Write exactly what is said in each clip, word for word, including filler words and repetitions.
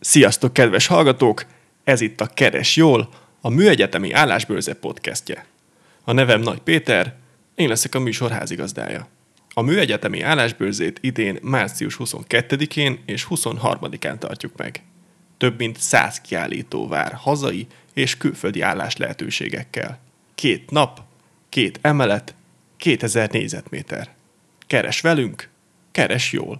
Sziasztok, kedves hallgatók! Ez itt a Keres Jól, a Műegyetemi Állásbőrze podcastje. A nevem Nagy Péter, én leszek a műsor házigazdája. A Műegyetemi Állásbőrzét idén március huszonkettedikén és huszonharmadikán tartjuk meg. Több mint száz kiállító vár hazai és külföldi állás lehetőségekkel. Két nap, két emelet, kétezer négyzetméter. Keres velünk, keres jól!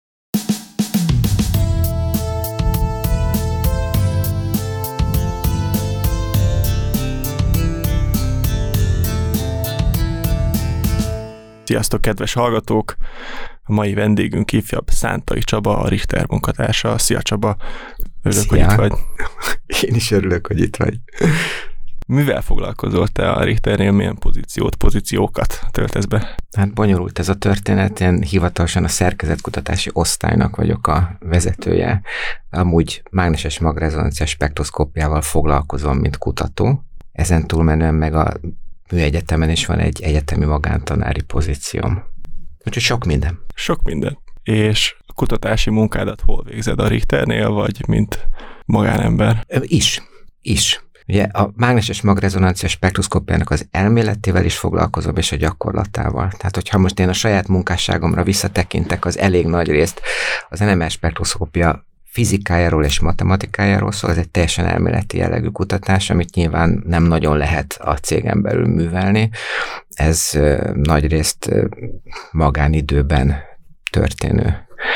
Sziasztok, kedves hallgatók! A mai vendégünk ifjabb Szántai Csaba, a Richter munkatársa. Szia, Csaba! Örülök, Szia. hogy itt vagy. Én is örülök, hogy itt vagy. Mivel foglalkozol te a Richternél? Milyen pozíciót, pozíciókat töltesz be? Hát bonyolult ez a történet. Én hivatalosan a szerkezetkutatási osztálynak vagyok a vezetője. Amúgy mágneses magrezonanciás spektroszkópiával foglalkozom, mint kutató. Ezen túlmenően meg a Műegyetemen is van egy egyetemi magántanári pozícióm. Úgyhogy sok minden. Sok minden. És a kutatási munkádat hol végzed, a Richternél, vagy mint magánember? Is. Is. Ugye a mágneses magrezonanciás spektroszkópiának az elméletével is foglalkozom, és a gyakorlatával. Tehát, hogyha most én a saját munkásságomra visszatekintek, az elég nagy részt az en em er spektroszkópia fizikájáról és matematikájáról szól, ez egy teljesen elméleti jellegű kutatás, amit nyilván nem nagyon lehet a cégen belül művelni. Ez nagyrészt magánidőben történő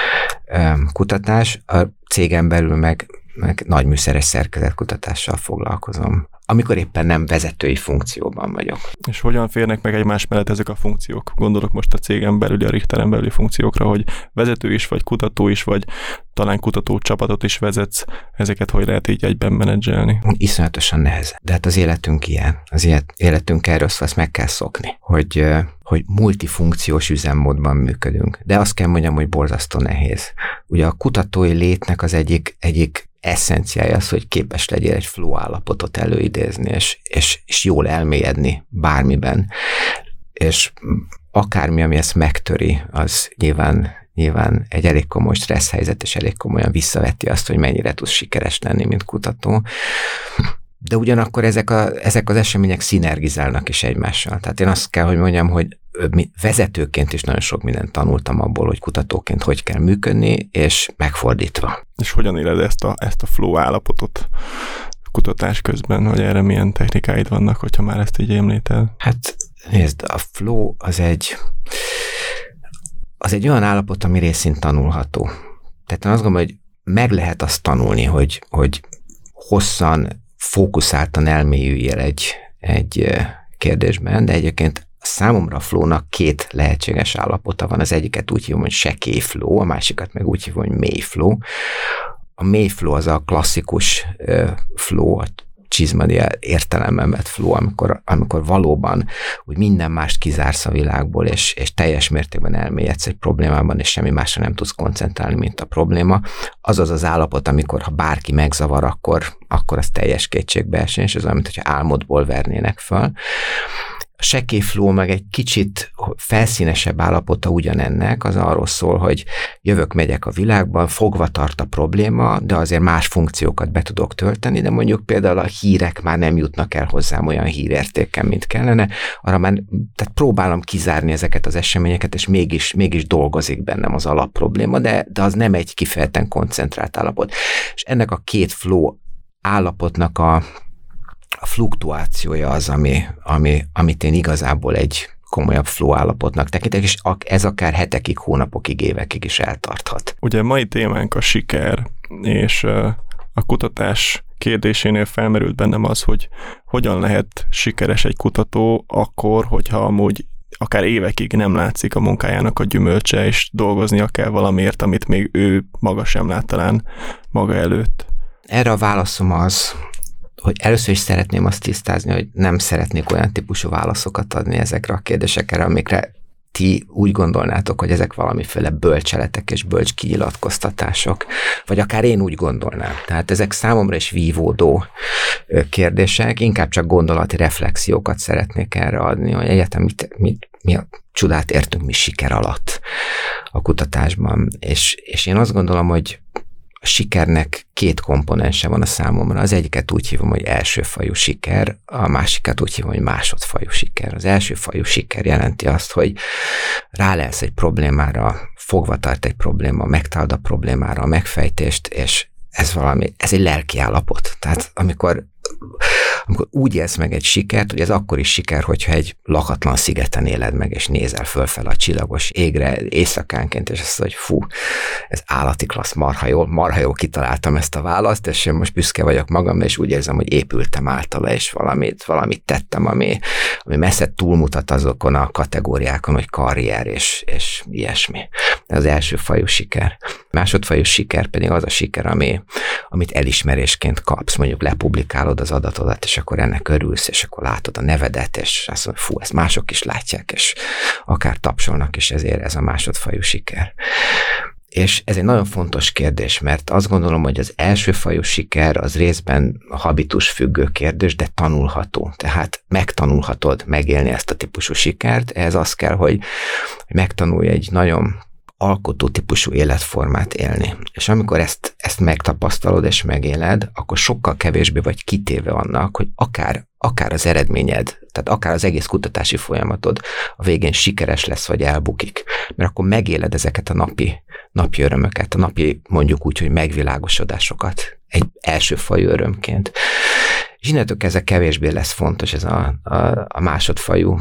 kutatás. A cégen belül meg, meg nagy műszeres szerkezetkutatással foglalkozom, amikor éppen nem vezetői funkcióban vagyok. És hogyan férnek meg egymás mellett ezek a funkciók? Gondolok most a cégen belüli, a Richteren belüli funkciókra, hogy vezető is, vagy kutató is, vagy talán kutató csapatot is vezetsz. Ezeket hogy lehet így egyben menedzselni? Iszonyatosan nehéz. De hát az életünk ilyen. Az életünk erről szól, ezt meg kell szokni, hogy, hogy multifunkciós üzemmódban működünk. De azt kell mondjam, hogy borzasztó nehéz. Ugye a kutatói létnek az egyik, egyik eszenciája az, hogy képes legyél egy flow állapotot előidézni, és, és, és jól elmélyedni bármiben. És akármi, ami ezt megtöri, az nyilván, nyilván egy elég komoly stressz helyzet, és elég komolyan visszaveti azt, hogy mennyire tudsz sikeres lenni, mint kutató. De ugyanakkor ezek, a, ezek az események szinergizálnak is egymással. Tehát én azt kell, hogy mondjam, hogy vezetőként is nagyon sok mindent tanultam abból, hogy kutatóként hogy kell működni, és megfordítva. És hogyan éled ezt a, ezt a flow állapotot kutatás közben, hogy erre milyen technikáid vannak, hogyha már ezt így említed? Hát nézd, a flow az egy, az egy olyan állapot, ami részint tanulható. Tehát én azt gondolom, hogy meg lehet azt tanulni, hogy, hogy hosszan, fókuszáltan elmélyüljél egy, egy kérdésben, de egyébként számomra a flow-nak két lehetséges állapota van. Az egyiket úgy hívom, hogy sekély flow, a másikat meg úgy hívom, hogy mély flow. A mély flow az a klasszikus uh, flow, a csizmadia értelemben vett flow, amikor, amikor valóban úgy minden mást kizársz a világból, és, és teljes mértékben elmélyedsz egy problémában, és semmi másra nem tudsz koncentrálni, mint a probléma. Az az az állapot, amikor ha bárki megzavar, akkor, akkor az teljes kétségbeesés, és az olyan, mintha álmodból vernének föl. A sekély flow meg egy kicsit felszínesebb állapota ugyanennek, az arról szól, hogy jövök, megyek a világban, fogva tart a probléma, de azért más funkciókat be tudok tölteni, de mondjuk például a hírek már nem jutnak el hozzám olyan hírértéken, mint kellene, arra már tehát próbálom kizárni ezeket az eseményeket, és mégis, mégis dolgozik bennem az alapprobléma, de, de az nem egy kifejezetten koncentrált állapot. És ennek a két flow állapotnak a A fluktuációja az, ami, ami, amit én igazából egy komolyabb flow állapotnak tekintek, és ez akár hetekig, hónapokig, évekig is eltarthat. Ugye mai témánk a siker, és a kutatás kérdésénél felmerült bennem az, hogy hogyan lehet sikeres egy kutató akkor, hogyha amúgy akár évekig nem látszik a munkájának a gyümölcse, és dolgoznia kell valamiért, amit még ő maga sem lát talán maga előtt. Erre a válaszom az, hogy először is szeretném azt tisztázni, hogy nem szeretnék olyan típusú válaszokat adni ezekre a kérdésekre, amikre ti úgy gondolnátok, hogy ezek valamiféle bölcseletek és bölcs kinyilatkoztatások, vagy akár én úgy gondolnám. Tehát ezek számomra is vívódó kérdések, inkább csak gondolati reflexiókat szeretnék erre adni, hogy egyáltalán mit, mit, mi a csodát értünk mi siker alatt a kutatásban. És, és én azt gondolom, hogy a sikernek két komponense van a számomra. Az egyiket úgy hívom, hogy első fajú siker, a másikat úgy hívom, hogy másodfajú siker. Az első fajú siker jelenti azt, hogy rálelsz egy problémára, fogva tart egy probléma, megtalálod a problémára a megfejtést, és ez valami, ez egy lelki állapot. Tehát amikor, amikor úgy élsz meg egy sikert, hogy ez akkor is siker, hogyha egy lakatlan szigeten éled meg, és nézel fölfel a csillagos égre éjszakánként, és azt mondod, hogy fú, ez állati klassz, marha jól, marha jól kitaláltam ezt a választ, és én most büszke vagyok magamra, és úgy érzem, hogy épültem általa, és valamit, valamit tettem, ami, ami messze túlmutat azokon a kategóriákon, hogy karrier, és, és ilyesmi. Ez az első fajú siker. Másodfajú siker pedig az a siker, ami, amit elismerésként kapsz, mondjuk lepublikálod az adatodat, és akkor ennek örülsz, és akkor látod a nevedet, és azt mondod, fú, ezt mások is látják, és akár tapsolnak, és ezért ez a másodfajú siker. És ez egy nagyon fontos kérdés, mert azt gondolom, hogy az elsőfajú siker az részben habitus függő kérdés, de tanulható. Tehát megtanulhatod megélni ezt a típusú sikert, ehhez az kell, hogy megtanulj egy nagyon alkotó típusú életformát élni. És amikor ezt, ezt megtapasztalod és megéled, akkor sokkal kevésbé vagy kitéve annak, hogy akár, akár az eredményed, tehát akár az egész kutatási folyamatod a végén sikeres lesz, vagy elbukik. Mert akkor megéled ezeket a napi, napi örömöket, a napi mondjuk úgy, hogy megvilágosodásokat egy elsőfajú örömként. És innentől kezdve kevésbé lesz fontos ez a, a, a másodfajú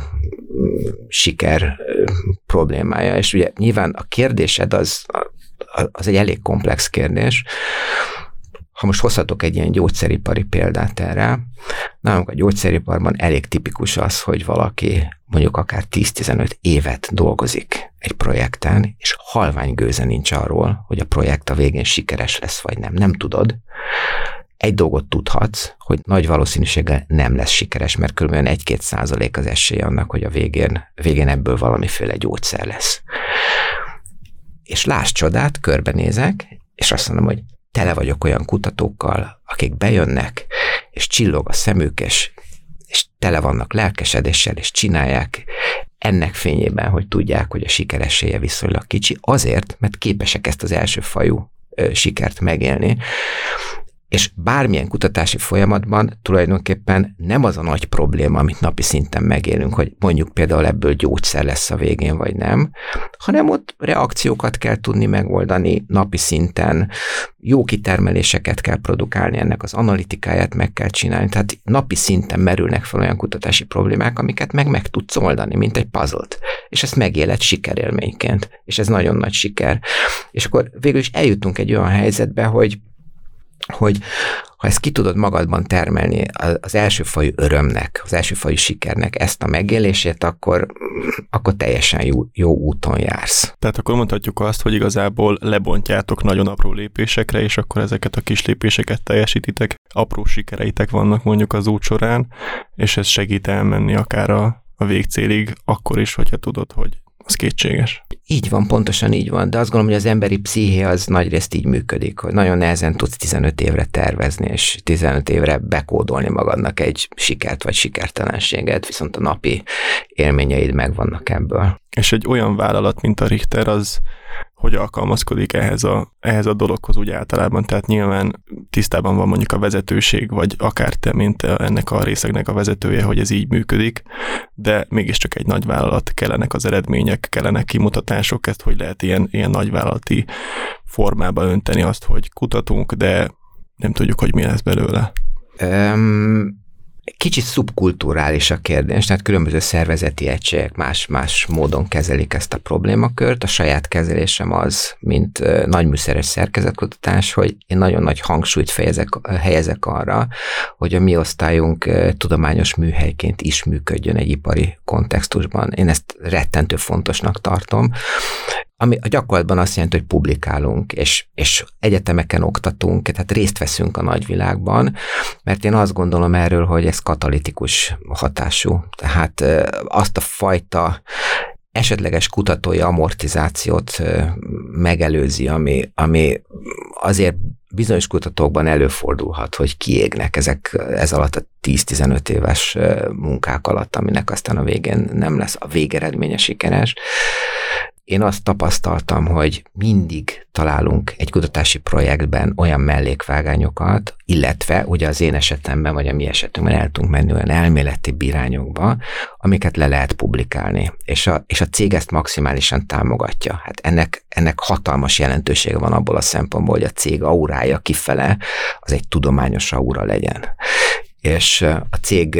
siker problémája. És ugye nyilván a kérdésed az, az egy elég komplex kérdés. Ha most hozhatok egy ilyen gyógyszeripari példát erre, nálunk a gyógyszeriparban elég tipikus az, hogy valaki mondjuk akár tíz-tizenöt évet dolgozik egy projekten, és halvány gőze nincs arról, hogy a projekt a végén sikeres lesz, vagy nem. Nem tudod. Egy dolgot tudhatsz, hogy nagy valószínűséggel nem lesz sikeres, mert kb. egy-két százalék az esély annak, hogy a végén, végén ebből valamiféle gyógyszer lesz. És láss csodát, körbenézek, és azt mondom, hogy tele vagyok olyan kutatókkal, akik bejönnek, és csillog a szemük, és, és tele vannak lelkesedéssel, és csinálják ennek fényében, hogy tudják, hogy a siker esélye viszonylag kicsi, azért, mert képesek ezt az első fajú ö, sikert megélni. És bármilyen kutatási folyamatban tulajdonképpen nem az a nagy probléma, amit napi szinten megélünk, hogy mondjuk például ebből gyógyszer lesz a végén, vagy nem, hanem ott reakciókat kell tudni megoldani napi szinten, jó kitermeléseket kell produkálni, ennek az analitikáját meg kell csinálni, tehát napi szinten merülnek fel olyan kutatási problémák, amiket meg meg tudsz oldani, mint egy puzzle-t, és ezt megéled sikerélményként, és ez nagyon nagy siker. És akkor végül is eljutunk egy olyan helyzetbe, hogy hogy ha ezt ki tudod magadban termelni az elsőfajú örömnek, az elsőfajú sikernek ezt a megélését, akkor, akkor teljesen jó, jó úton jársz. Tehát akkor mondhatjuk azt, hogy igazából lebontjátok nagyon apró lépésekre, és akkor ezeket a kis lépéseket teljesítitek, apró sikereitek vannak mondjuk az út során, és ez segít elmenni akár a, a végcélig, akkor is, hogyha tudod, hogy az kétséges. Így van, pontosan így van, de azt gondolom, hogy az emberi psziché az nagyrészt így működik, hogy nagyon nehezen tudsz tizenöt évre tervezni, és tizenöt évre bekódolni magadnak egy sikert vagy sikertelenséget, viszont a napi élményeid megvannak ebből. És egy olyan vállalat, mint a Richter, az hogy alkalmazkodik ehhez a, ehhez a dologhoz úgy általában, tehát nyilván tisztában van mondjuk a vezetőség, vagy akár te, mint ennek a részegnek a vezetője, hogy ez így működik, de mégiscsak egy nagy vállalat, kellenek az eredmények, kellenek kimutatások, ezt hogy lehet ilyen, ilyen nagyvállalati formába önteni azt, hogy kutatunk, de nem tudjuk, hogy mi lesz belőle. Um... Kicsit szubkulturális a kérdés, tehát különböző szervezeti egységek más-más módon kezelik ezt a problémakört. A saját kezelésem az, mint nagyműszeres szerkezetkutatás, hogy én nagyon nagy hangsúlyt fejezek, helyezek arra, hogy a mi osztályunk tudományos műhelyként is működjön egy ipari kontextusban. Én ezt rettentő fontosnak tartom. Ami a gyakorlatban azt jelenti, hogy publikálunk, és, és egyetemeken oktatunk, tehát részt veszünk a nagyvilágban, mert én azt gondolom erről, hogy ez katalitikus hatású. Tehát azt a fajta esetleges kutatói amortizációt megelőzi, ami, ami azért bizonyos kutatókban előfordulhat, hogy kiégnek ezek ez alatt a tíz-tizenöt éves munkák alatt, aminek aztán a végén nem lesz a végeredménye sikeres. én azt tapasztaltam, hogy mindig találunk egy kutatási projektben olyan mellékvágányokat, illetve ugye az én esetemben, vagy a mi esetünkben el tudunk menni olyan elméleti irányokba, amiket le lehet publikálni. És a, és a cég ezt maximálisan támogatja. Hát ennek, ennek hatalmas jelentősége van abból a szempontból, hogy a cég aurája kifele az egy tudományos aura legyen. És a cég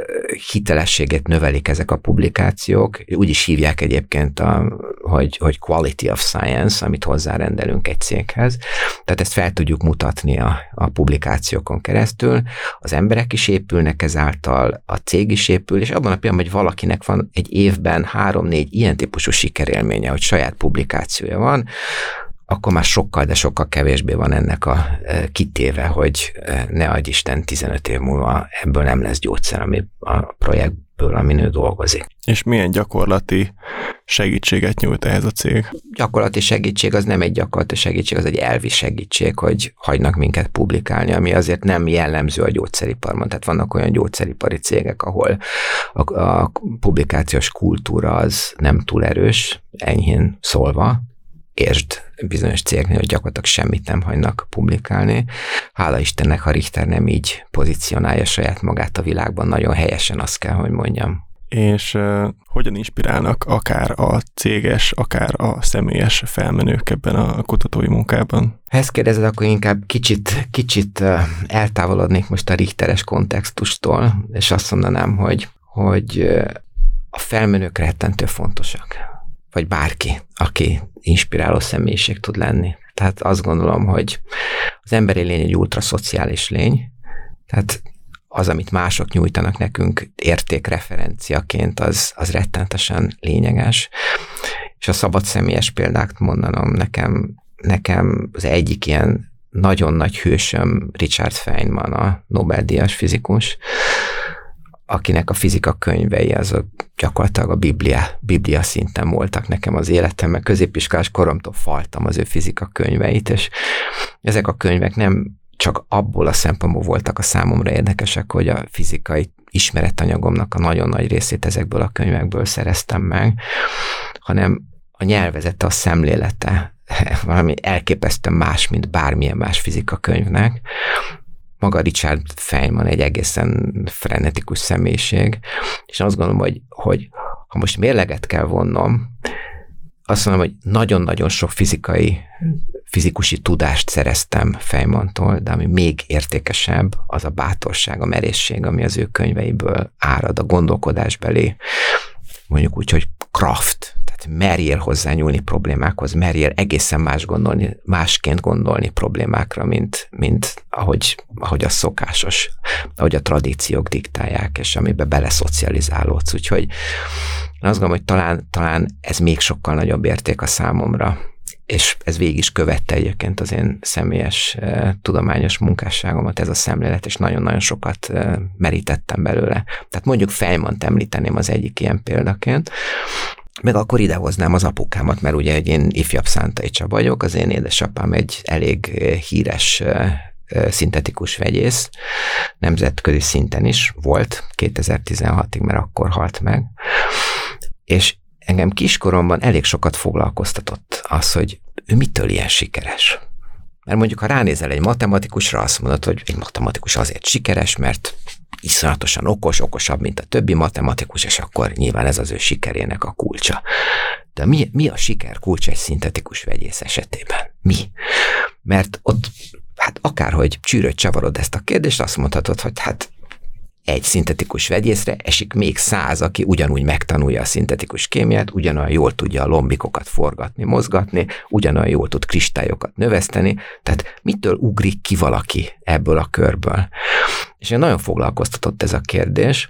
hitelességét növelik ezek a publikációk, úgy is hívják egyébként, a, hogy, hogy quality of science, amit hozzárendelünk egy céghez. Tehát ezt fel tudjuk mutatni a, a publikációkon keresztül. Az emberek is épülnek ezáltal, a cég is épül, és abban a pillanatban, hogy valakinek van egy évben három-négy ilyen típusú sikerélménye, hogy saját publikációja van, akkor már sokkal, de sokkal kevésbé van ennek a kitéve, hogy ne adj Isten, tizenöt év múlva ebből nem lesz gyógyszer, ami a projektből, amin ő dolgozik. És milyen gyakorlati segítséget nyújt ehhez a cég? Gyakorlati segítség az nem egy gyakorlati segítség, az egy elvi segítség, hogy hagynak minket publikálni, ami azért nem jellemző a gyógyszeriparban. Tehát vannak olyan gyógyszeripari cégek, ahol a, a publikációs kultúra az nem túl erős, enyhén szólva, értsd bizonyos cégnél, hogy gyakorlatilag semmit nem hagynak publikálni. Hála Istennek, ha Richter nem így pozícionálja saját magát a világban, nagyon helyesen azt kell, hogy mondjam. És uh, hogyan inspirálnak akár a céges, akár a személyes felmenők ebben a kutatói munkában? Ha ezt kérdezed, akkor inkább kicsit, kicsit uh, eltávolodnék most a Richteres kontextustól, és azt mondanám, hogy, hogy uh, a felmenők rettentő fontosak. Vagy bárki, aki inspiráló személyiség tud lenni. Tehát azt gondolom, hogy az emberi lény egy ultraszociális lény, tehát az, amit mások nyújtanak nekünk értékreferenciaként, az, az rettenetesen lényeges. És a szabad személyes példát mondanom, nekem, nekem az egyik ilyen nagyon nagy hősöm Richard Feynman, a Nobel-díjas fizikus, akinek a fizika könyvei azok gyakorlatilag a Biblia, Biblia szinten voltak nekem az életemben. Középiskolás koromtól faltam az ő fizika könyveit, és ezek a könyvek nem csak abból a szempontból voltak a számomra érdekesek, hogy a fizikai ismeretanyagomnak a nagyon nagy részét ezekből a könyvekből szereztem meg, hanem a nyelvezete, a szemlélete valami elképesztően más, mint bármilyen más fizika könyvnek. Maga Richard Feynman egy egészen frenetikus személyiség, és azt gondolom, hogy, hogy ha most mérleget kell vonnom, azt mondom, hogy nagyon-nagyon sok fizikai, fizikusi tudást szereztem Feynmantól, de ami még értékesebb, az a bátorság, a merészség, ami az ő könyveiből árad, a gondolkodásbeli, mondjuk úgy, hogy craft, tehát merjél hozzányúlni problémákhoz, merjél egészen más gondolni, másként gondolni problémákra, mint, mint ahogy, ahogy a szokásos, ahogy a tradíciók diktálják, és amibe beleszocializálódsz. Úgyhogy én azt gondolom, hogy talán, talán ez még sokkal nagyobb érték a számomra, és ez végig is követte egyébként az én személyes eh, tudományos munkásságomat, ez a szemlélet, és nagyon-nagyon sokat eh, merítettem belőle. Tehát mondjuk Feynmant említeném az egyik ilyen példaként, meg akkor idehoznám az apukámat, mert ugye én ifjabb Szántai Csaba vagyok, az én édesapám egy elég híres szintetikus vegyész, nemzetközi szinten is volt, kétezer-tizenhatig, mert akkor halt meg, és engem kiskoromban elég sokat foglalkoztatott az, hogy ő mitől ilyen sikeres. Mert mondjuk, ha ránézel egy matematikusra, azt mondod, hogy egy matematikus azért sikeres, mert iszonyatosan okos, okosabb, mint a többi matematikus, és akkor nyilván ez az ő sikerének a kulcsa. De mi, mi a siker kulcsa egy szintetikus vegyész esetében? Mi? Mert ott, hát akárhogy csűröd csavarod ezt a kérdést, azt mondhatod, hogy hát egy szintetikus vegyészre esik még száz, aki ugyanúgy megtanulja a szintetikus kémiát, ugyanolyan jól tudja a lombikokat forgatni, mozgatni, ugyanolyan jól tud kristályokat növeszteni, tehát mitől ugrik ki valaki ebből a körből? És én nagyon foglalkoztatott ez a kérdés,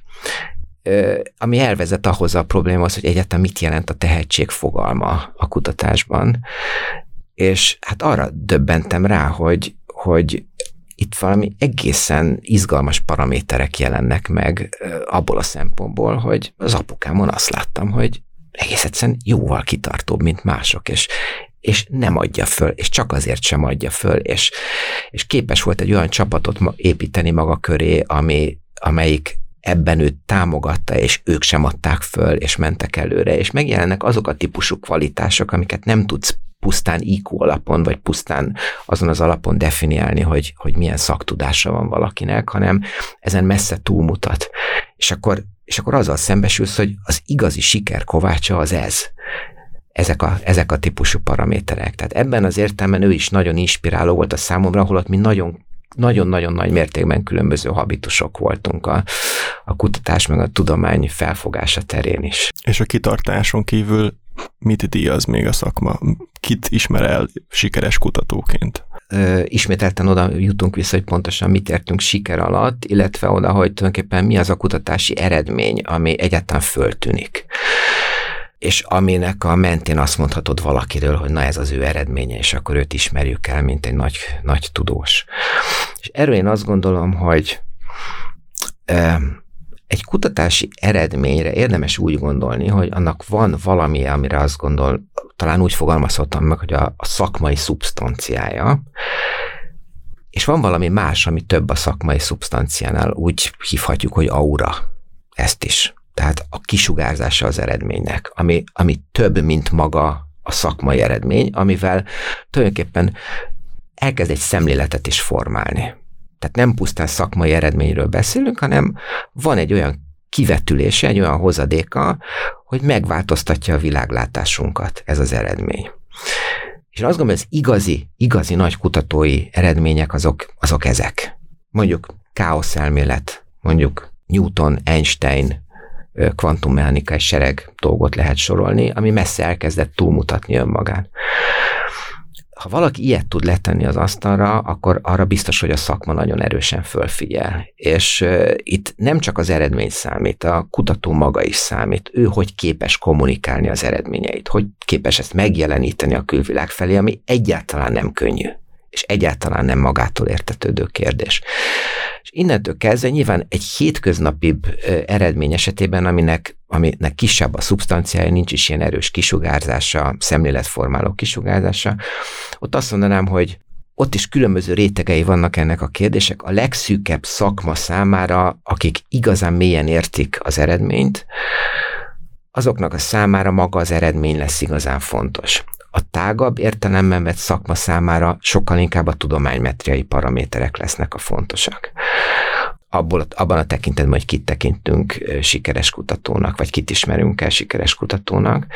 ami elvezet ahhoz a problémához, hogy egyáltalán mit jelent a tehetség fogalma a kutatásban, és hát arra döbbentem rá, hogy, hogy itt valami egészen izgalmas paraméterek jelennek meg abból a szempontból, hogy az apukámon azt láttam, hogy egész egyszerűen jóval kitartóbb, mint mások, és, és nem adja föl, és csak azért sem adja föl, és, és képes volt egy olyan csapatot építeni maga köré, ami, amelyik ebben őt támogatta, és ők sem adták föl, és mentek előre, és megjelennek azok a típusú kvalitások, amiket nem tudsz pusztán í kú alapon, vagy pusztán azon az alapon definiálni, hogy, hogy milyen szaktudása van valakinek, hanem ezen messze túlmutat. És akkor, és akkor azzal szembesülsz, hogy az igazi siker kovácsa az ez. Ezek a, ezek a típusú paraméterek. Tehát ebben az értelemben ő is nagyon inspiráló volt a számomra, holott mi nagyon nagyon-nagyon nagy mértékben különböző habitusok voltunk a, a kutatás meg a tudomány felfogása terén is. És a kitartáson kívül mit díjaz még a szakma? Kit ismer el sikeres kutatóként? Ö, ismételten oda jutunk vissza, hogy pontosan mit értünk siker alatt, illetve oda, hogy tulajdonképpen mi az a kutatási eredmény, ami egyáltalán föltűnik. És aminek a mentén azt mondhatod valakiről, hogy na ez az ő eredménye, és akkor őt ismerjük el, mint egy nagy, nagy tudós. És erről én azt gondolom, hogy ö, egy kutatási eredményre érdemes úgy gondolni, hogy annak van valami, amire azt gondol, talán úgy fogalmazhatom meg, hogy a, a szakmai szubstanciája, és van valami más, ami több a szakmai szubstanciánál, úgy hívhatjuk, hogy aura, ezt is. Tehát a kisugárzása az eredménynek, ami, ami több, mint maga a szakmai eredmény, amivel tulajdonképpen elkezd egy szemléletet is formálni. Tehát nem pusztán szakmai eredményről beszélünk, hanem van egy olyan kivetülése, egy olyan hozadéka, hogy megváltoztatja a világlátásunkat ez az eredmény. És azt gondolom, hogy az igazi, igazi nagy kutatói eredmények azok, azok ezek. Mondjuk káoszelmélet, mondjuk Newton, Einstein, kvantummechanikai sereg dolgot lehet sorolni, ami messze elkezdett túlmutatni önmagán. Ha valaki ilyet tud letenni az asztalra, akkor arra biztos, hogy a szakma nagyon erősen fölfigyel. És uh, itt nem csak az eredmény számít, a kutató maga is számít. Ő hogy képes kommunikálni az eredményeit, hogy képes ezt megjeleníteni a külvilág felé, ami egyáltalán nem könnyű, és egyáltalán nem magától értetődő kérdés. És innentől kezdve nyilván egy hétköznapibb uh, eredmény esetében, aminek, aminek kisebb a szubstanciája, nincs is ilyen erős kisugárzása, szemléletformáló kisugárzása, ott azt mondanám, hogy ott is különböző rétegei vannak ennek a kérdések. A legszűkebb szakma számára, akik igazán mélyen értik az eredményt, azoknak a számára maga az eredmény lesz igazán fontos. A tágabb értelemben vett szakma számára sokkal inkább a tudománymetriai paraméterek lesznek a fontosak. Abból, abban a tekintetben, hogy kit tekintünk sikeres kutatónak, vagy kit ismerünk el sikeres kutatónak.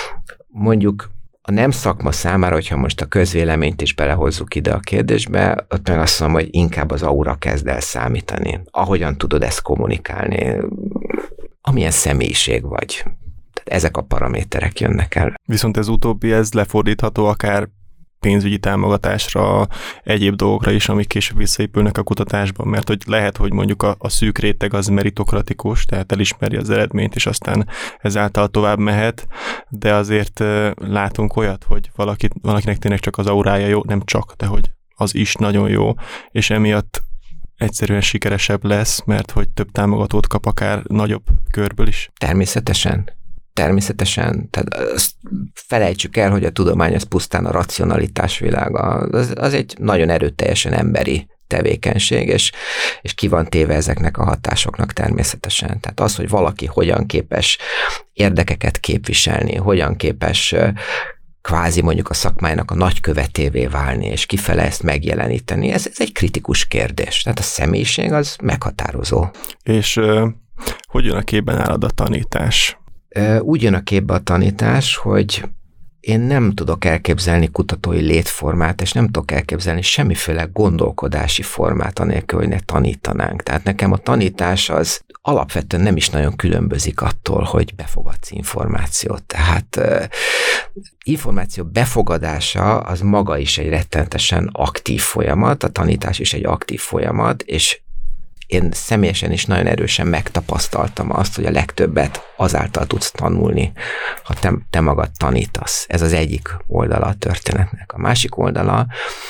Mondjuk a nem szakma számára, hogyha most a közvéleményt is belehozzuk ide a kérdésbe, ott meg azt mondom, hogy inkább az aura kezd el számítani. Ahogyan tudod ezt kommunikálni, amilyen személyiség vagy. Tehát ezek a paraméterek jönnek el. Viszont ez utóbbi, ez lefordítható akár pénzügyi támogatásra, egyéb dolgokra is, amik később visszaépülnek a kutatásban, mert hogy lehet, hogy mondjuk a, a szűk réteg az meritokratikus, tehát elismeri az eredményt, és aztán ezáltal tovább mehet, de azért uh, látunk olyat, hogy valaki, valakinek tényleg csak az aurája jó, nem csak, de hogy az is nagyon jó, és emiatt egyszerűen sikeresebb lesz, mert hogy több támogatót kap akár nagyobb körből is. Természetesen. Természetesen, tehát azt felejtsük el, hogy a tudomány az pusztán a racionalitás világa. Az, az egy nagyon erőteljesen emberi tevékenység, és, és ki van téve ezeknek a hatásoknak természetesen. Tehát az, hogy valaki hogyan képes érdekeket képviselni, hogyan képes kvázi mondjuk a szakmájának a nagykövetévé válni, és kifele ezt megjeleníteni, ez, ez egy kritikus kérdés. Tehát a személyiség az meghatározó. És uh, hogy jön a képben nálad a tanítás? Úgy jön a képbe a tanítás, hogy én nem tudok elképzelni kutatói létformát, és nem tudok elképzelni semmiféle gondolkodási formát anélkül, hogy ne tanítanánk. Tehát nekem a tanítás az alapvetően nem is nagyon különbözik attól, hogy befogadsz információt. Tehát uh, információ befogadása az maga is egy rettenetesen aktív folyamat, a tanítás is egy aktív folyamat, és én személyesen is nagyon erősen megtapasztaltam azt, hogy a legtöbbet azáltal tudsz tanulni, ha te, te magad tanítasz. Ez az egyik oldala a történetnek. A másik oldala,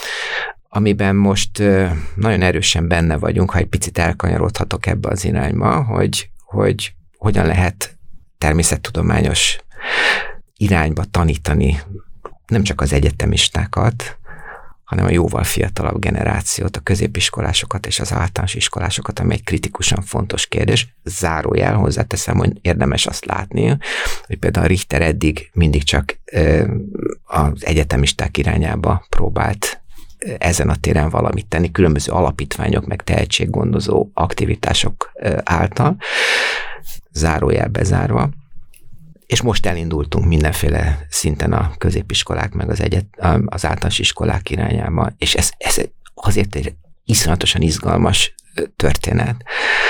amiben most nagyon erősen benne vagyunk, ha egy picit elkanyarodhatok ebbe az irányba, hogy, hogy hogyan lehet természettudományos irányba tanítani nem csak az egyetemistákat, hanem a jóval fiatalabb generációt, a középiskolásokat és az általános iskolásokat, ami egy kritikusan fontos kérdés. Zárójel, hozzáteszem, hogy érdemes azt látni, hogy például a Richter eddig mindig csak az egyetemisták irányába próbált ezen a téren valamit tenni, különböző alapítványok, meg tehetséggondozó aktivitások által, zárójel bezárva. És most elindultunk mindenféle szinten a középiskolák, meg az, egyet, az általános iskolák irányába, és ez, ez azért egy iszonyatosan izgalmas történet,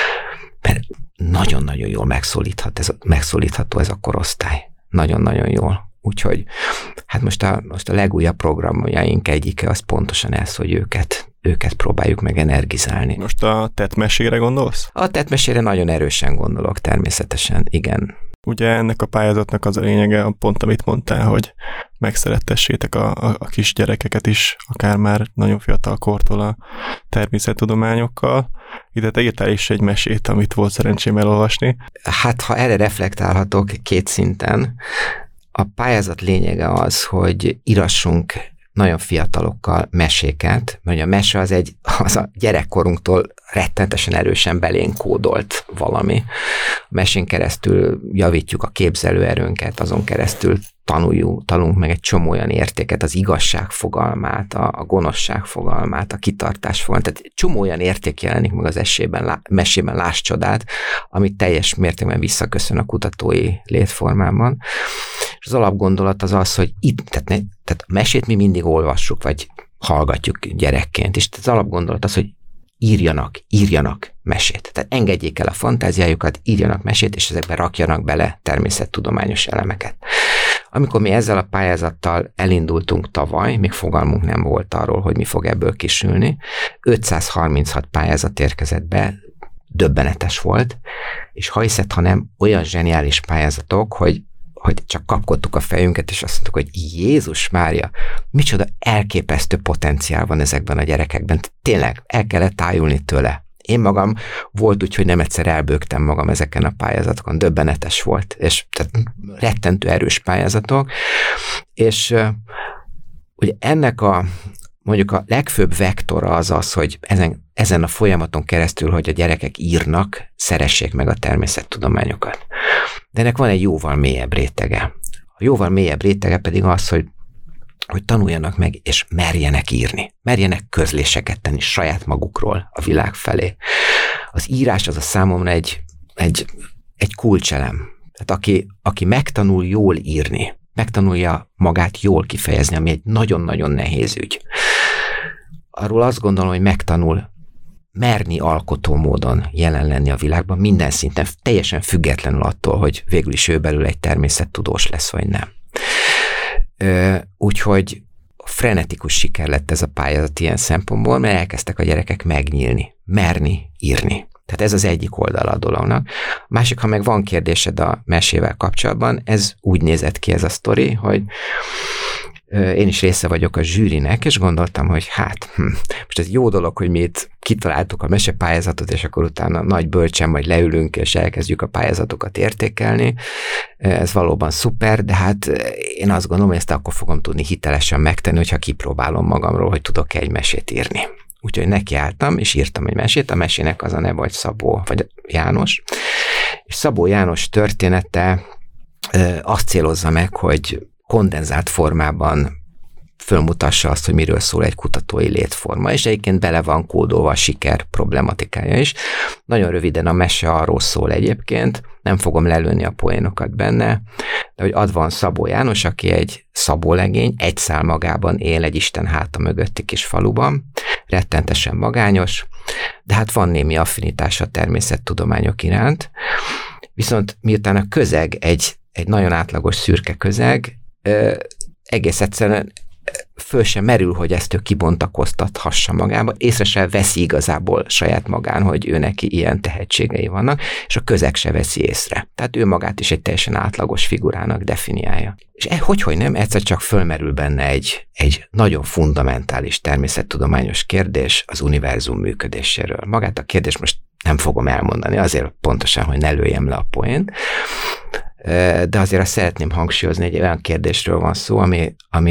mert nagyon-nagyon jól megszólíthat ez, megszólítható ez a korosztály. Nagyon-nagyon jól. Úgyhogy hát most a, most a legújabb programjaink egyike az pontosan ez, hogy őket, őket próbáljuk meg energizálni. Most a tettmesére gondolsz? A tettmesére nagyon erősen gondolok, természetesen, igen. Ugye ennek a pályázatnak az a lényege, pont amit mondtál, hogy megszerettessétek a, a, a kisgyerekeket is, akár már nagyon fiatal kortól a természettudományokkal. Ide te írtál is egy mesét, amit volt szerencsém elolvasni. Hát, ha erre reflektálhatok két szinten, a pályázat lényege az, hogy írassunk nagyon fiatalokkal meséket, mert a mese az egy, az a gyerekkorunktól rettenetesen erősen belénk kódolt valami. A mesén keresztül javítjuk a képzelőerőnket, azon keresztül tanuljuk, tanulunk meg egy csomó olyan értéket, az igazság fogalmát, a, a gonoszság fogalmát, a kitartás fogalmát, tehát csomó olyan érték jelenik meg az esében, mesében, láss csodát, amit teljes mértékben visszaköszön a kutatói létformában. És az alapgondolat az az, hogy itt, tehát, ne, tehát a mesét mi mindig olvassuk, vagy hallgatjuk gyerekként, és az alapgondolat az, hogy írjanak, írjanak mesét. Tehát engedjék el a fantáziájukat, írjanak mesét, és ezekben rakjanak bele természettudományos elemeket. Amikor mi ezzel a pályázattal elindultunk tavaly, még fogalmunk nem volt arról, hogy mi fog ebből kisülni, ötszázharminchat pályázat érkezett be, döbbenetes volt, és ha hiszed, ha nem, olyan zseniális pályázatok, hogy hogy csak kapkodtuk a fejünket, és azt mondtuk, hogy Jézus Mária, micsoda elképesztő potenciál van ezekben a gyerekekben. Tényleg, el kellett tájulni tőle. Én magam volt úgy, hogy nem egyszer elbőgtem magam ezeken a pályázatokon, döbbenetes volt, és tehát rettentő erős pályázatok, és ugye ennek a mondjuk a legfőbb vektora az az, hogy ezen, ezen a folyamaton keresztül, hogy a gyerekek írnak, szeressék meg a természettudományokat. De ennek van egy jóval mélyebb rétege. A jóval mélyebb rétege pedig az, hogy, hogy tanuljanak meg, és merjenek írni. Merjenek közléseket tenni saját magukról a világ felé. Az írás az a számomra egy, egy, egy kulcselem. Tehát aki, aki megtanul jól írni, megtanulja magát jól kifejezni, ami egy nagyon-nagyon nehéz ügy. Arról azt gondolom, hogy megtanul merni alkotó módon jelen lenni a világban, minden szinten, teljesen függetlenül attól, hogy végül is ő belül egy természettudós lesz, vagy nem. Úgyhogy frenetikus siker lett ez a pályázat ilyen szempontból, mert elkezdtek a gyerekek megnyílni, merni, írni. Tehát ez az egyik oldala a dolognak. A másik, ha meg van kérdésed a mesével kapcsolatban, ez úgy nézett ki ez a sztori, hogy én is része vagyok a zsűrinek, és gondoltam, hogy hát, hm, most ez jó dolog, hogy mi itt kitaláltuk a mesepályázatot, és akkor utána nagy bölcsen majd leülünk, és elkezdjük a pályázatokat értékelni. Ez valóban szuper, de hát én azt gondolom, hogy ezt akkor fogom tudni hitelesen megtenni, hogyha kipróbálom magamról, hogy tudok egy mesét írni. Úgyhogy nekiálltam, és írtam egy mesét, a mesének az a neve, vagy Szabó, vagy János. És Szabó János története azt célozza meg, hogy kondenzált formában fölmutassa azt, hogy miről szól egy kutatói létforma, és egyébként bele van kódolva a siker problematikája is. Nagyon röviden a mese arról szól egyébként, nem fogom lelőni a poénokat benne, de hogy ad van Szabó János, aki egy szabólegény, egy szál magában él egy Isten háta mögötti kis faluban, rettentesen magányos, de hát van némi affinitás a természettudományok iránt, viszont miután a közeg egy, egy nagyon átlagos szürke közeg, egész egyszerűen föl sem merül, hogy ezt ő kibontakoztathassa magába, észre se veszi igazából saját magán, hogy ő neki ilyen tehetségei vannak, és a közeg se veszi észre. Tehát ő magát is egy teljesen átlagos figurának definiálja. És e, hogy-hogy nem, egyszer csak fölmerül benne egy, egy nagyon fundamentális természettudományos kérdés az univerzum működéséről. Magát a kérdést most nem fogom elmondani, azért pontosan, hogy ne lőjem le a poént, de azért azt szeretném hangsúlyozni, hogy egy olyan kérdésről van szó, ami, ami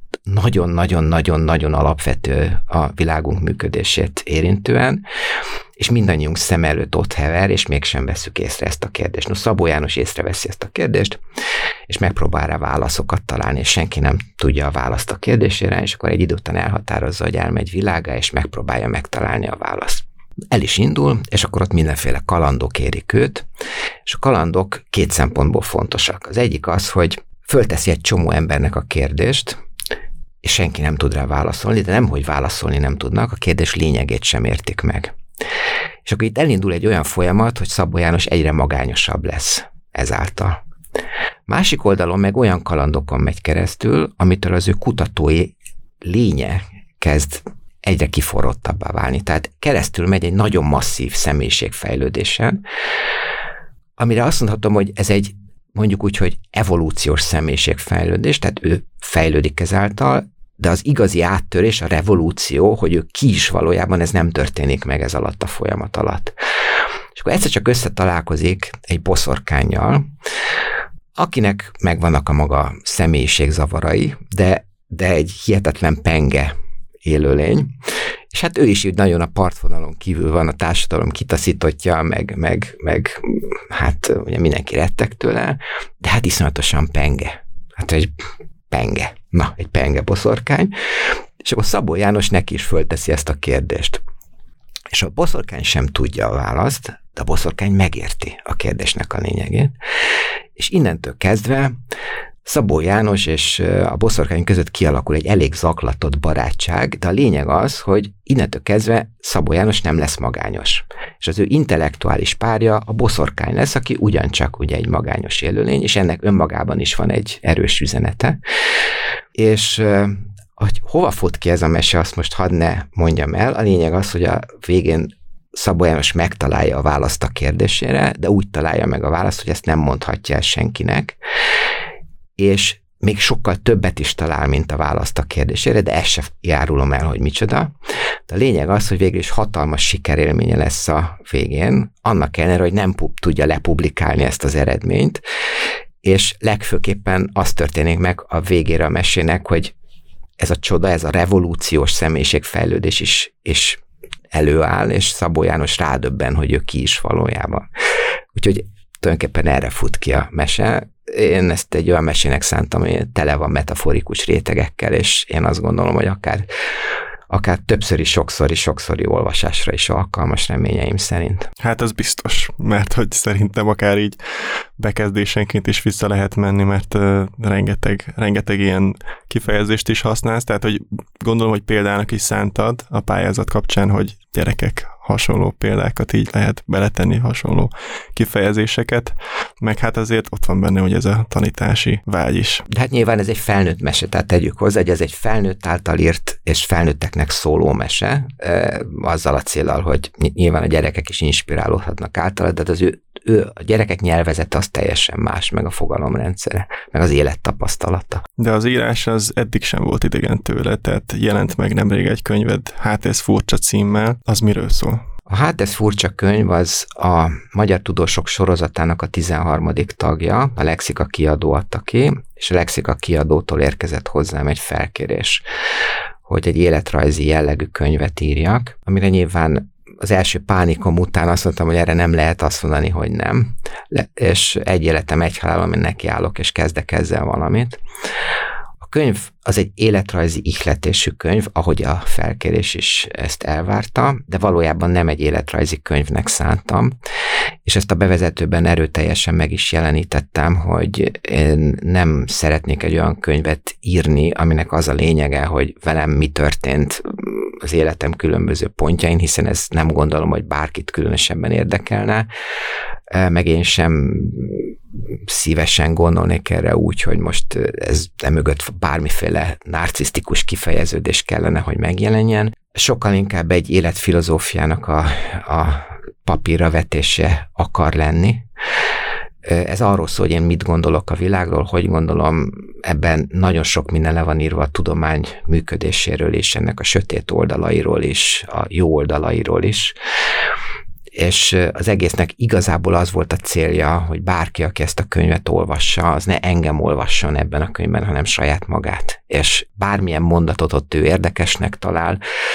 nagyon-nagyon-nagyon-nagyon alapvető a világunk működését érintően, és mindannyiunk szem előtt ott hever, és mégsem vesszük észre ezt a kérdést. No, Szabó János észreveszi ezt a kérdést, és megpróbál rá válaszokat találni, és senki nem tudja a választ a kérdésére, és akkor egy idő után elhatározza, hogy elmegy világá, és megpróbálja megtalálni a választ. El is indul, és akkor ott mindenféle kalandok érik őt, és a kalandok két szempontból fontosak. Az egyik az, hogy fölteszi egy csomó embernek a kérdést, és senki nem tud rá válaszolni, de nem, hogy válaszolni nem tudnak, a kérdés lényegét sem értik meg. És akkor itt elindul egy olyan folyamat, hogy Szabó János egyre magányosabb lesz ezáltal. Másik oldalon meg olyan kalandokon megy keresztül, amitől az ő kutatói lénye kezd egyre kiforrottabbá válni. Tehát keresztül megy egy nagyon masszív személyiségfejlődésen, amire azt mondhatom, hogy ez egy mondjuk úgy, hogy evolúciós személyiségfejlődés, tehát ő fejlődik ezáltal, de az igazi áttörés, a revolúció, hogy ő ki is valójában, ez nem történik meg ez alatt a folyamat alatt. És akkor egyszer csak összetalálkozik egy boszorkánnyal, akinek megvannak a maga személyiségzavarai, de, de egy hihetetlen penge élőlény, és hát ő is így nagyon a partvonalon kívül van, a társadalom kitaszítottja, meg, meg, meg hát ugye mindenki rettek tőle, de hát iszonyatosan penge. Hát egy penge. Na, egy penge boszorkány. És akkor Szabó János neki is fölteszi ezt a kérdést. És a boszorkány sem tudja a választ, de a boszorkány megérti a kérdésnek a lényegét. És innentől kezdve Szabó János és a boszorkány között kialakul egy elég zaklatott barátság, de a lényeg az, hogy innentől kezdve Szabó János nem lesz magányos. És az ő intellektuális párja a boszorkány lesz, aki ugyancsak ugye egy magányos élőlény, és ennek önmagában is van egy erős üzenete. És hogy hova fut ki ez a mese, azt most hadd ne mondjam el. A lényeg az, hogy a végén Szabó János megtalálja a választ a kérdésére, de úgy találja meg a választ, hogy ezt nem mondhatja el senkinek, és még sokkal többet is talál, mint a választ a kérdésére, de ezt sem járulom el, hogy micsoda. De a lényeg az, hogy végül is hatalmas sikerélménye lesz a végén, annak ellenére, hogy nem pub- tudja lepublikálni ezt az eredményt, és legfőképpen az történik meg a végére a mesének, hogy ez a csoda, ez a revolúciós személyiségfejlődés is, is előáll, és Szabó János rádöbben, hogy ő ki is valójában. Úgyhogy tulajdonképpen erre fut ki a mese. Én ezt egy olyan mesének szántam, hogy tele van metaforikus rétegekkel, és én azt gondolom, hogy akár, akár többszöri, sokszori, sokszori olvasásra is alkalmas, reményeim szerint. Hát ez biztos, mert hogy szerintem akár így bekezdésenként is vissza lehet menni, mert uh, rengeteg, rengeteg ilyen kifejezést is használsz, tehát hogy gondolom, hogy példának is szántad a pályázat kapcsán, hogy gyerekek hasonló példákat így lehet beletenni, hasonló kifejezéseket, meg hát azért ott van benne, hogy ez a tanítási vágy is. De hát nyilván ez egy felnőtt mese, tehát tegyük hozzá, hogy ez egy felnőtt által írt és felnőtteknek szóló mese, azzal a céllal, hogy nyilván a gyerekek is inspirálódhatnak általa, de az ő, ő, a gyerekek nyelvezete az teljesen más, meg a fogalomrendszere, meg az élettapasztalata. De az írás az eddig sem volt idegen tőle, tehát jelent meg nemrég egy könyved, Hát ez furcsa címmel, az miről szól? A Hát ez furcsa könyv az a Magyar Tudósok sorozatának a tizenharmadik tagja, a Lexika kiadó adta ki, és a Lexika kiadótól érkezett hozzám egy felkérés, hogy egy életrajzi jellegű könyvet írjak, amire nyilván az első pánikom után azt mondtam, hogy erre nem lehet azt mondani, hogy nem, és egy életem, egy halálom, én nekiállok, és kezdek ezzel valamit. A könyv az egy életrajzi ihletésű könyv, ahogy a felkérés is ezt elvárta, de valójában nem egy életrajzi könyvnek szántam, és ezt a bevezetőben erőteljesen meg is jelenítettem, hogy én nem szeretnék egy olyan könyvet írni, aminek az a lényege, hogy velem mi történt az életem különböző pontjain, hiszen ez nem gondolom, hogy bárkit különösebben érdekelne, meg én sem szívesen gondolnék erre úgy, hogy most ez emögött bármiféle narcisztikus kifejeződés kellene, hogy megjelenjen. Sokkal inkább egy életfilozófiának a, a papírra vetése akar lenni. Ez arról szól, hogy én mit gondolok a világról, hogy gondolom, ebben nagyon sok minden le van írva a tudomány működéséről is, ennek a sötét oldalairól is, a jó oldalairól is. és az egésznek igazából az volt a célja, hogy bárki, aki ezt a könyvet olvassa, az ne engem olvasson ebben a könyvben, hanem saját magát. És bármilyen mondatot ott ő érdekesnek talál,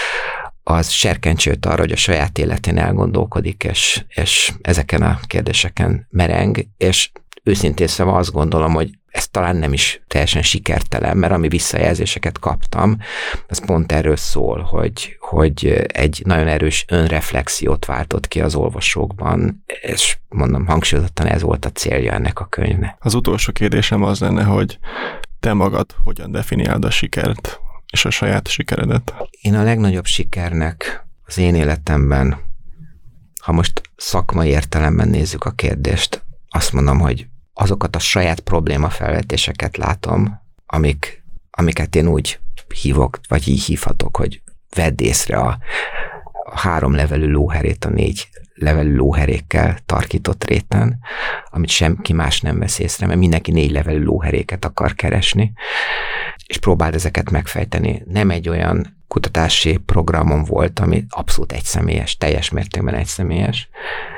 az serkentse őt arra, hogy a saját életén elgondolkodik, és, és ezeken a kérdéseken mereng, és őszintén szóval azt gondolom, hogy ez talán nem is teljesen sikertelen, mert ami visszajelzéseket kaptam, az pont erről szól, hogy, hogy egy nagyon erős önreflexiót váltott ki az olvasókban, és mondom, hangsúlyozottan ez volt a célja ennek a könyvnek. Az utolsó kérdésem az lenne, hogy te magad hogyan definiálod a sikert és a saját sikeredet? Én a legnagyobb sikernek az én életemben, ha most szakmai értelemben nézzük a kérdést, azt mondom, hogy azokat a saját problémafelvetéseket látom, amik, amiket én úgy hívok, vagy így hívhatok, hogy vedd észre a, a három levelű lóherét a négy levelű lóherékkel tarkított réten, amit semki más nem vesz észre, mert mindenki négy levelű lóheréket akar keresni, és próbáld ezeket megfejteni. Nem egy olyan kutatási programom volt, ami abszolút egyszemélyes, teljes mértékben egyszemélyes,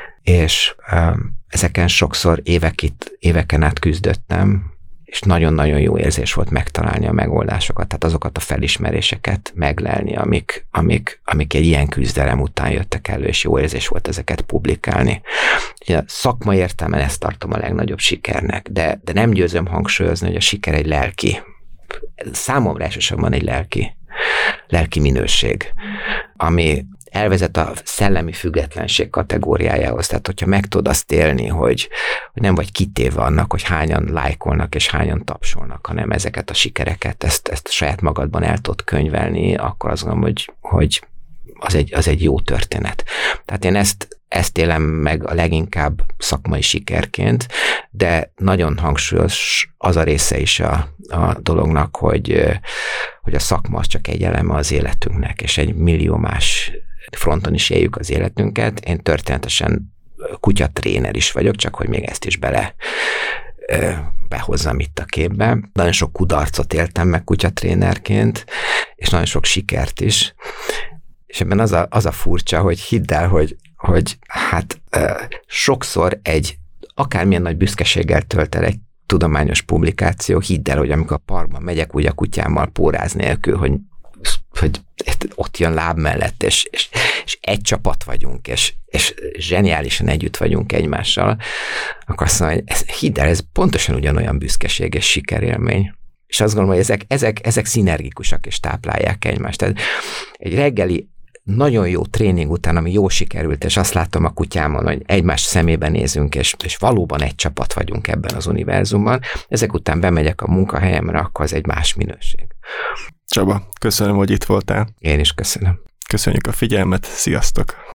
és um, ezeken sokszor évek itt, éveken át küzdöttem, és nagyon-nagyon jó érzés volt megtalálni a megoldásokat, tehát azokat a felismeréseket meglelni, amik, amik, amik egy ilyen küzdelem után jöttek elő, és jó érzés volt ezeket publikálni. Ugye, szakmai értelemben ezt tartom a legnagyobb sikernek, de, de nem győzöm hangsúlyozni, hogy a siker egy lelki, számomra elsősorban egy lelki, lelki minőség, ami elvezet a szellemi függetlenség kategóriájához. Tehát, hogyha meg tudod azt élni, hogy, hogy nem vagy kitéve annak, hogy hányan lájkolnak és hányan tapsolnak, hanem ezeket a sikereket, ezt, ezt saját magadban el tudod könyvelni, akkor azt gondolom, hogy, hogy az, egy, az egy jó történet. Tehát én ezt, ezt élem meg a leginkább szakmai sikerként, de nagyon hangsúlyos az a része is a, a dolognak, hogy, hogy a szakma az csak egy eleme az életünknek, és egy millió más fronton is éljük az életünket. Én történetesen kutyatréner is vagyok, csak hogy még ezt is bele behozzam itt a képbe. Nagyon sok kudarcot éltem meg kutyatrénerként, és nagyon sok sikert is. És ebben az a, az a furcsa, hogy hidd el, hogy, hogy hát sokszor egy akármilyen nagy büszkeséggel tölt el egy tudományos publikáció, hidd el, hogy amikor a parkban megyek úgy a kutyámmal póráz nélkül, hogy hogy ott jön láb mellett, és, és, és egy csapat vagyunk, és, és zseniálisan együtt vagyunk egymással, akkor azt mondom, hogy ez, hidd el, ez pontosan ugyanolyan büszkeség és sikerélmény. És azt gondolom, hogy ezek, ezek, ezek szinergikusak és táplálják egymást. Tehát egy reggeli nagyon jó tréning után, ami jó sikerült, és azt látom a kutyámon, hogy egymás szemébe nézünk, és, és valóban egy csapat vagyunk ebben az univerzumban. Ezek után bemegyek a munkahelyemre, akkor az egy más minőség. Csaba, köszönöm, hogy itt voltál. Én is köszönöm. Köszönjük a figyelmet, sziasztok!